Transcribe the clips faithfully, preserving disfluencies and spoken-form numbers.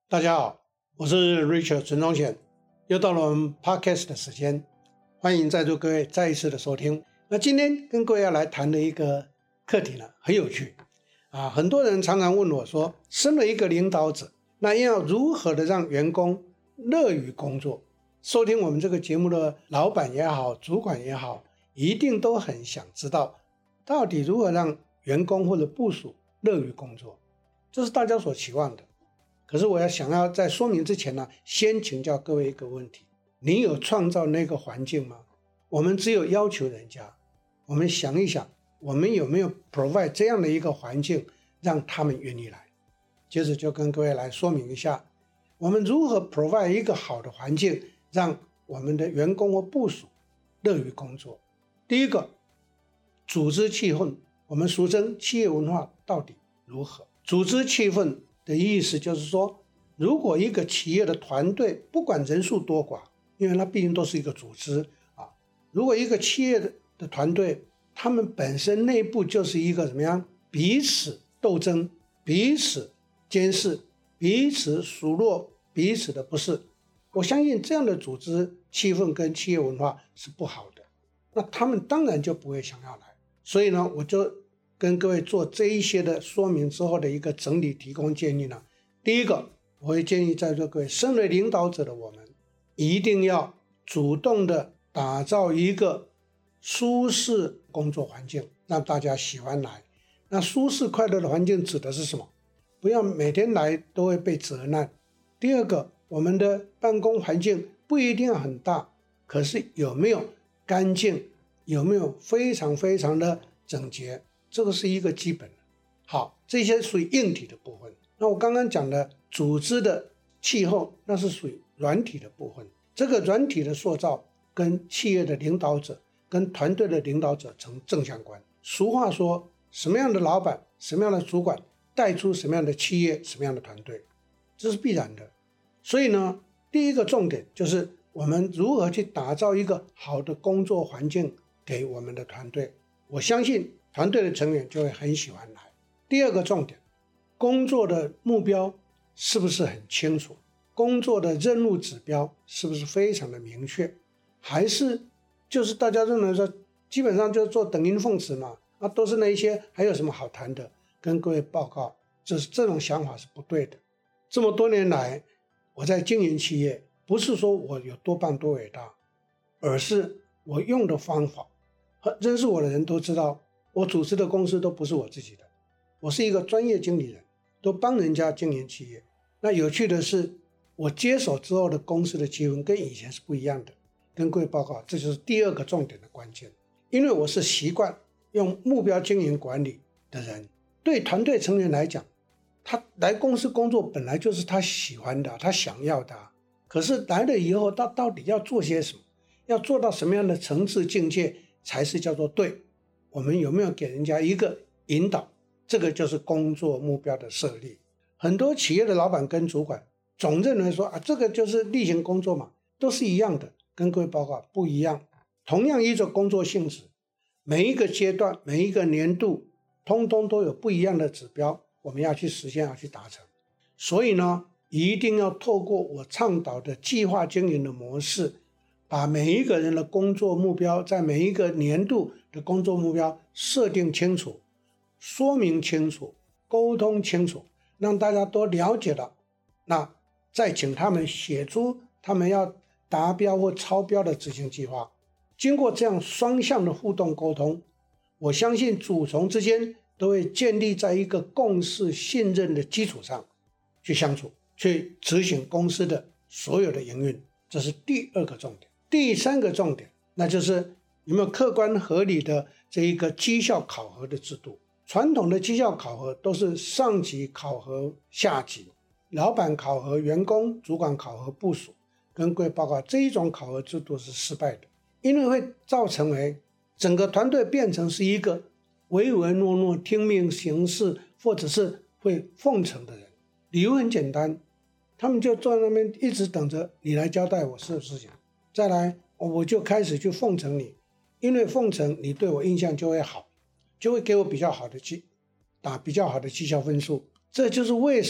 大家好，我是 Richard 陈宗显，又到了我们 Podcast 的时间，欢迎在座各位再一次的收听。那今天跟各位要来谈的一个课题呢，很有趣啊。很多人常常问我说，身为一个领导者，那要如何的让员工乐于工作？收听我们这个节目的老板也好，主管也好，一定都很想知道，到底如何让员工或者部属乐于工作，这是大家所期望的。可是我要想要在说明之前呢，先请教各位一个问题：你有创造那个环境吗？我们只有要求人家，我们想一想，我们有没有 provide 这样的一个环境，让他们愿意来？接着就跟各位来说明一下，我们如何 provide 一个好的环境，让我们的员工或部属乐于工作。第一个，组织气氛，我们俗称企业文化到底如何？组织气氛的意思就是说，如果一个企业的团队不管人数多寡，因为它毕竟都是一个组织啊，如果一个企业的的团队，他们本身内部就是一个怎么样，彼此斗争，彼此监视，彼此数落彼此的不是，我相信这样的组织气氛跟企业文化是不好的，那他们当然就不会想要来。所以呢，我就跟各位做这一些的说明之后的一个整理提供建议呢。第一个，我会建议在座各位身为领导者的我们，一定要主动的打造一个舒适工作环境，让大家喜欢来。那舒适快乐的环境指的是什么？不要每天来都会被责难。第二个，我们的办公环境不一定要很大，可是有没有干净，有没有非常非常的整洁，这个是一个基本的。好，这些属于硬体的部分。那我刚刚讲的组织的气候，那是属于软体的部分。这个软体的塑造跟企业的领导者跟团队的领导者成正相关。俗话说，什么样的老板，什么样的主管，带出什么样的企业，什么样的团队，这是必然的。所以呢，第一个重点就是我们如何去打造一个好的工作环境给我们的团队，我相信团队的成员就会很喜欢来。第二个重点，工作的目标是不是很清楚？工作的任务指标是不是非常的明确？还是就是大家认为说基本上就是做等因奉词嘛，啊，都是那一些，还有什么好谈的？跟各位报告，这是这种想法是不对的。这么多年来，我在经营企业，不是说我有多棒多伟大，而是我用的方法，认识我的人都知道，我主持的公司都不是我自己的，我是一个专业经理人，都帮人家经营企业。那有趣的是，我接手之后的公司的气氛跟以前是不一样的。跟各位报告，这就是第二个重点的关键。因为我是习惯用目标经营管理的人，对团队成员来讲，他来公司工作本来就是他喜欢的，他想要的。可是来了以后，他到底要做些什么？要做到什么样的层次境界才是叫做对？我们有没有给人家一个引导？这个就是工作目标的设立。很多企业的老板跟主管总认为说啊，这个就是例行工作嘛，都是一样的。跟各位报告，不一样。同样依着工作性质，每一个阶段，每一个年度，通通都有不一样的指标，我们要去实现，要去达成。所以呢，一定要透过我倡导的计划经营的模式，把每一个人的工作目标，在每一个年度的工作目标设定清楚，说明清楚，沟通清楚，让大家都了解了，那再请他们写出他们要达标或超标的执行计划。经过这样双向的互动沟通，我相信主从之间都会建立在一个共识信任的基础上去相处，去执行公司的所有的营运。这是第二个重点。第三个重点，那就是有没有客观合理的这一个绩效考核的制度。传统的绩效考核都是上级考核下级，老板考核员工，主管考核部属。跟各位报告，这一种考核制度是失败的，因为会造成为整个团队变成是一个唯唯诺诺、听命行事，或者是会奉承的人。理由很简单，他们就坐在那边一直等着你来交代我的事情，再来我就开始去奉承你，因为奉承你对我印象就会好，就会给我比较好的绩打比较好的绩效分数。这就是为什么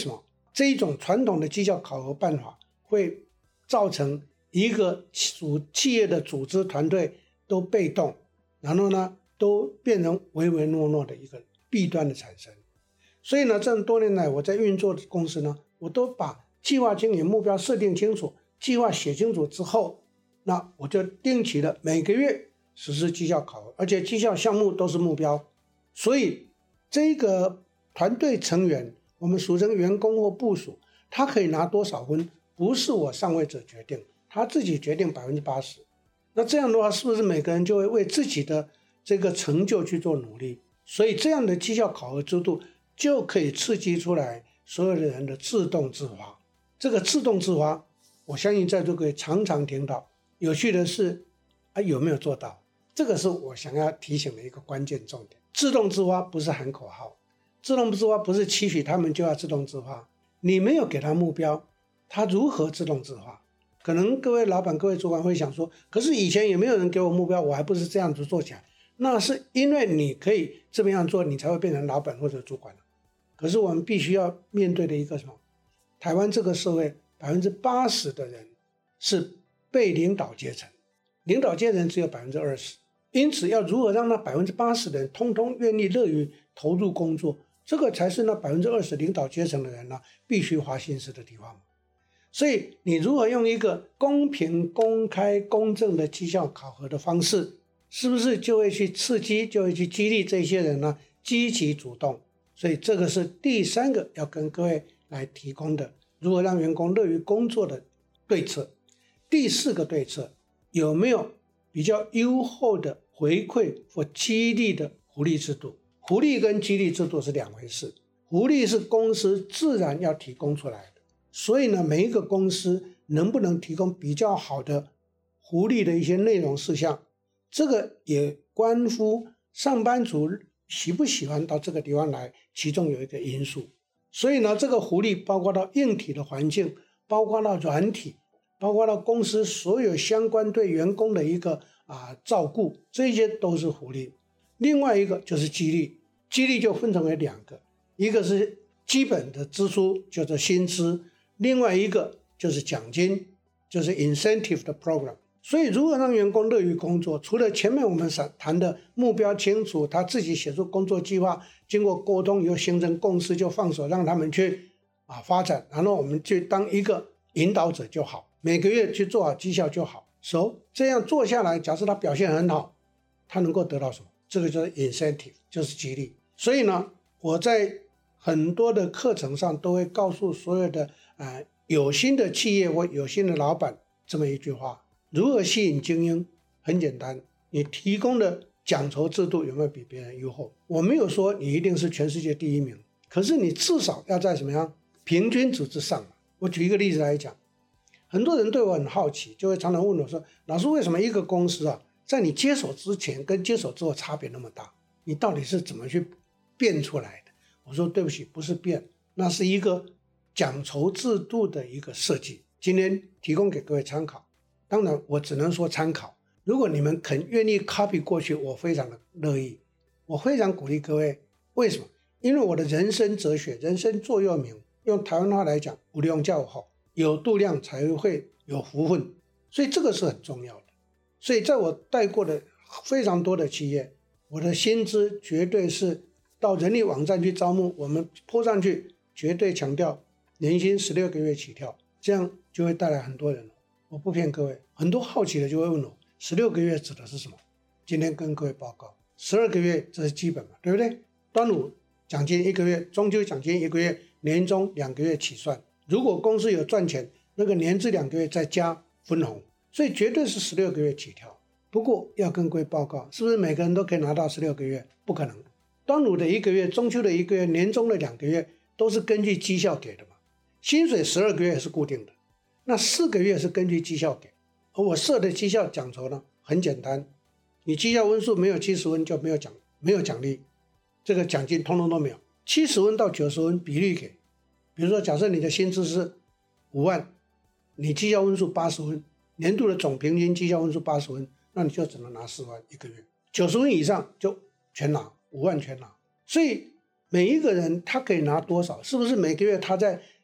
这一种传统的绩效考核办法会造成一个组企业的组织团队都被动，然后呢都变成唯唯诺诺的一个弊端的产生。所以呢，这么多年来我在运作的公司呢，我都把计划经营目标设定清楚，计划写清楚之后，那我就定期的每个月实施绩效考核，而且绩效项目都是目标。所以这个团队成员，我们俗称员工或部属，他可以拿多少分，不是我上位者决定，他自己决定 百分之八十。 那这样的话，是不是每个人就会为自己的这个成就去做努力？所以这样的绩效考核制度就可以刺激出来所有的人的自动自发。这个自动自发，我相信在座各位常常听到。有趣的是啊，有没有做到？这个是我想要提醒的一个关键重点。自动自发不是喊口号，自动自发不是期许他们就要自动自发，你没有给他目标，他如何自动自发？可能各位老板各位主管会想说，可是以前也没有人给我目标，我还不是这样子做起来。那是因为你可以这么样做，你才会变成老板或者主管。可是我们必须要面对的一个什么？台湾这个社会 百分之八十 的人是被领导阶层，领导阶层只有 百分之二十， 因此要如何让那 百分之八十 的人通通愿意乐于投入工作，这个才是那 百分之二十 领导阶层的人呢必须花心思的地方。所以你如何用一个公平、公开、公正的绩效考核的方式，是不是就会去刺激，就会去激励这些人呢积极主动？所以这个是第三个要跟各位来提供的，如何让员工乐于工作的对策。第四个对策，有没有比较优厚的回馈或激励的福利制度？福利跟激励制度是两回事，福利是公司自然要提供出来的，所以呢，每一个公司能不能提供比较好的福利的一些内容事项，这个也关乎上班族喜不喜欢到这个地方来，其中有一个因素。所以呢，这个福利包括到硬体的环境，包括到软体，包括到公司所有相关对员工的一个啊照顾，这些都是福利。另外一个就是激励，激励就分成为两个，一个是基本的支出，叫做薪资，另外一个就是奖金，就是 incentive 的 program。所以如何让员工乐于工作，除了前面我们谈的目标清楚，他自己写出工作计划，经过沟通以后形成共识，就放手让他们去啊发展，然后我们去当一个引导者就好，每个月去做好绩效就好。so 这样做下来，假设他表现很好，他能够得到什么？这个就是 incentive， 就是激励。所以呢，我在很多的课程上都会告诉所有的呃有心的企业或有心的老板这么一句话：如何吸引精英？很简单，你提供的奖酬制度有没有比别人优厚？我没有说你一定是全世界第一名，可是你至少要在什么样平均值之上。我举一个例子来讲，很多人对我很好奇，就会常常问我说：老师，为什么一个公司啊，在你接手之前跟接手之后差别那么大？你到底是怎么去变出来的？我说对不起，不是变，那是一个奖酬制度的一个设计，今天提供给各位参考。当然我只能说参考，如果你们肯愿意 copy 过去，我非常的乐意，我非常鼓励各位。为什么？因为我的人生哲学，人生座右铭，用台湾话来讲，有量才有福，有度量才会有福分，所以这个是很重要的。所以在我带过的非常多的企业，我的薪资绝对是到人力网站去招募，我们泼上去绝对强调年薪十六个月起跳，这样就会带来很多人。我不骗各位，很多好奇的就会问我，十六个月指的是什么？今天跟各位报告，十二个月这是基本嘛，对不对？端午奖金一个月，中秋奖金一个月，年终两个月起算。如果公司有赚钱，那个年至两个月再加分红，所以绝对是十六个月起跳。不过要跟各位报告，是不是每个人都可以拿到十六个月？不可能。端午的一个月，中秋的一个月，年终的两个月，都是根据绩效给的嘛。薪水十二个月是固定的，那四个月是根据绩效给。而我设的绩效奖酬呢，很简单，你绩效分数没有七十分就没有奖，没有奖励，这个奖金通通都没有。七十分到九十分比例给，比如说假设你的薪资是五万，你绩效分数八十分，年度的总平均绩效分数八十分，那你就只能拿四万一个月。九十分以上就全拿，五万全拿。所以每一个人他可以拿多少，是不是每个月他在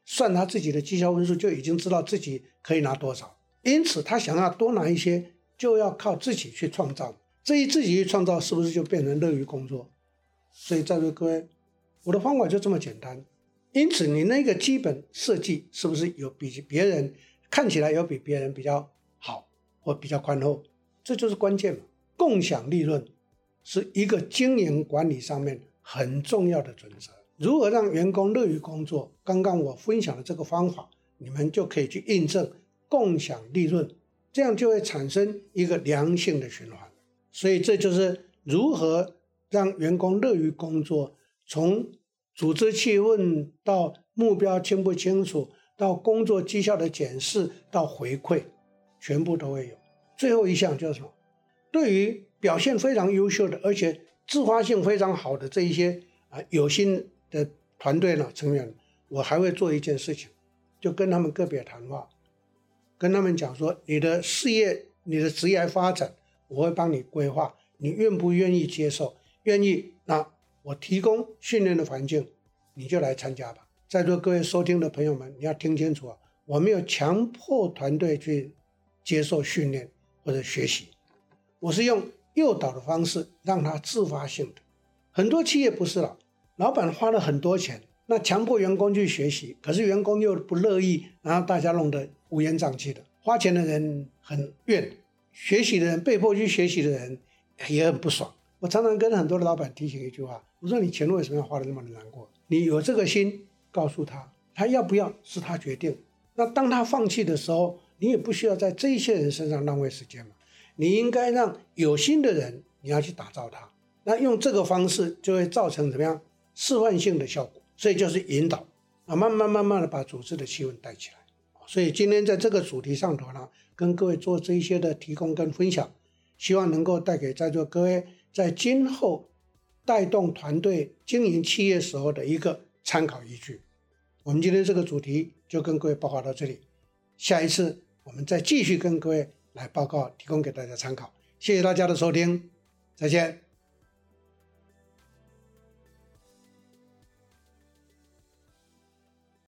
算他自己的绩效分数就已经知道自己可以拿多少，因此他想要多拿一些就要靠自己去创造，这一自己去创造是不是就变成乐于工作？所以在座各位，我的方法就这么简单，因此你那个基本设计是不是有比别人看起来有比别人比较好或比较宽厚，这就是关键嘛。共享利润是一个经营管理上面很重要的准则，如何让员工乐于工作，刚刚我分享的这个方法你们就可以去印证共享利润，这样就会产生一个良性的循环。所以这就是如何让员工乐于工作，从组织气氛到目标清不清楚，到工作绩效的检视，到回馈，全部都会有。最后一项就是什么？对于表现非常优秀的而且自发性非常好的这一些、啊、有心的团队呢成员，我还会做一件事情，就跟他们个别谈话，跟他们讲说，你的事业你的职业发展我会帮你规划，你愿不愿意接受？愿意，那我提供训练的环境，你就来参加吧。在座各位收听的朋友们，你要听清楚啊，我没有强迫团队去接受训练或者学习，我是用诱导的方式让他自发性的。很多企业不是了，老板花了很多钱，那强迫员工去学习，可是员工又不乐意，然后大家弄得乌烟瘴气的，花钱的人很怨，学习的人被迫去学习的人也很不爽。我常常跟很多的老板提醒一句话，我说你钱为什么要花得那么的难过？你有这个心告诉他，他要不要是他决定。那当他放弃的时候，你也不需要在这一些人身上浪费时间嘛，你应该让有心的人你要去打造他，那用这个方式就会造成怎么样示范性的效果。所以就是引导啊，慢慢慢慢的把组织的气氛带起来。所以今天在这个主题上头呢，跟各位做这一些的提供跟分享，希望能够带给在座各位在今后带动团队经营企业时候的一个参考依据。我们今天这个主题就跟各位报告到这里，下一次我们再继续跟各位来报告，提供给大家参考。谢谢大家的收听，再见。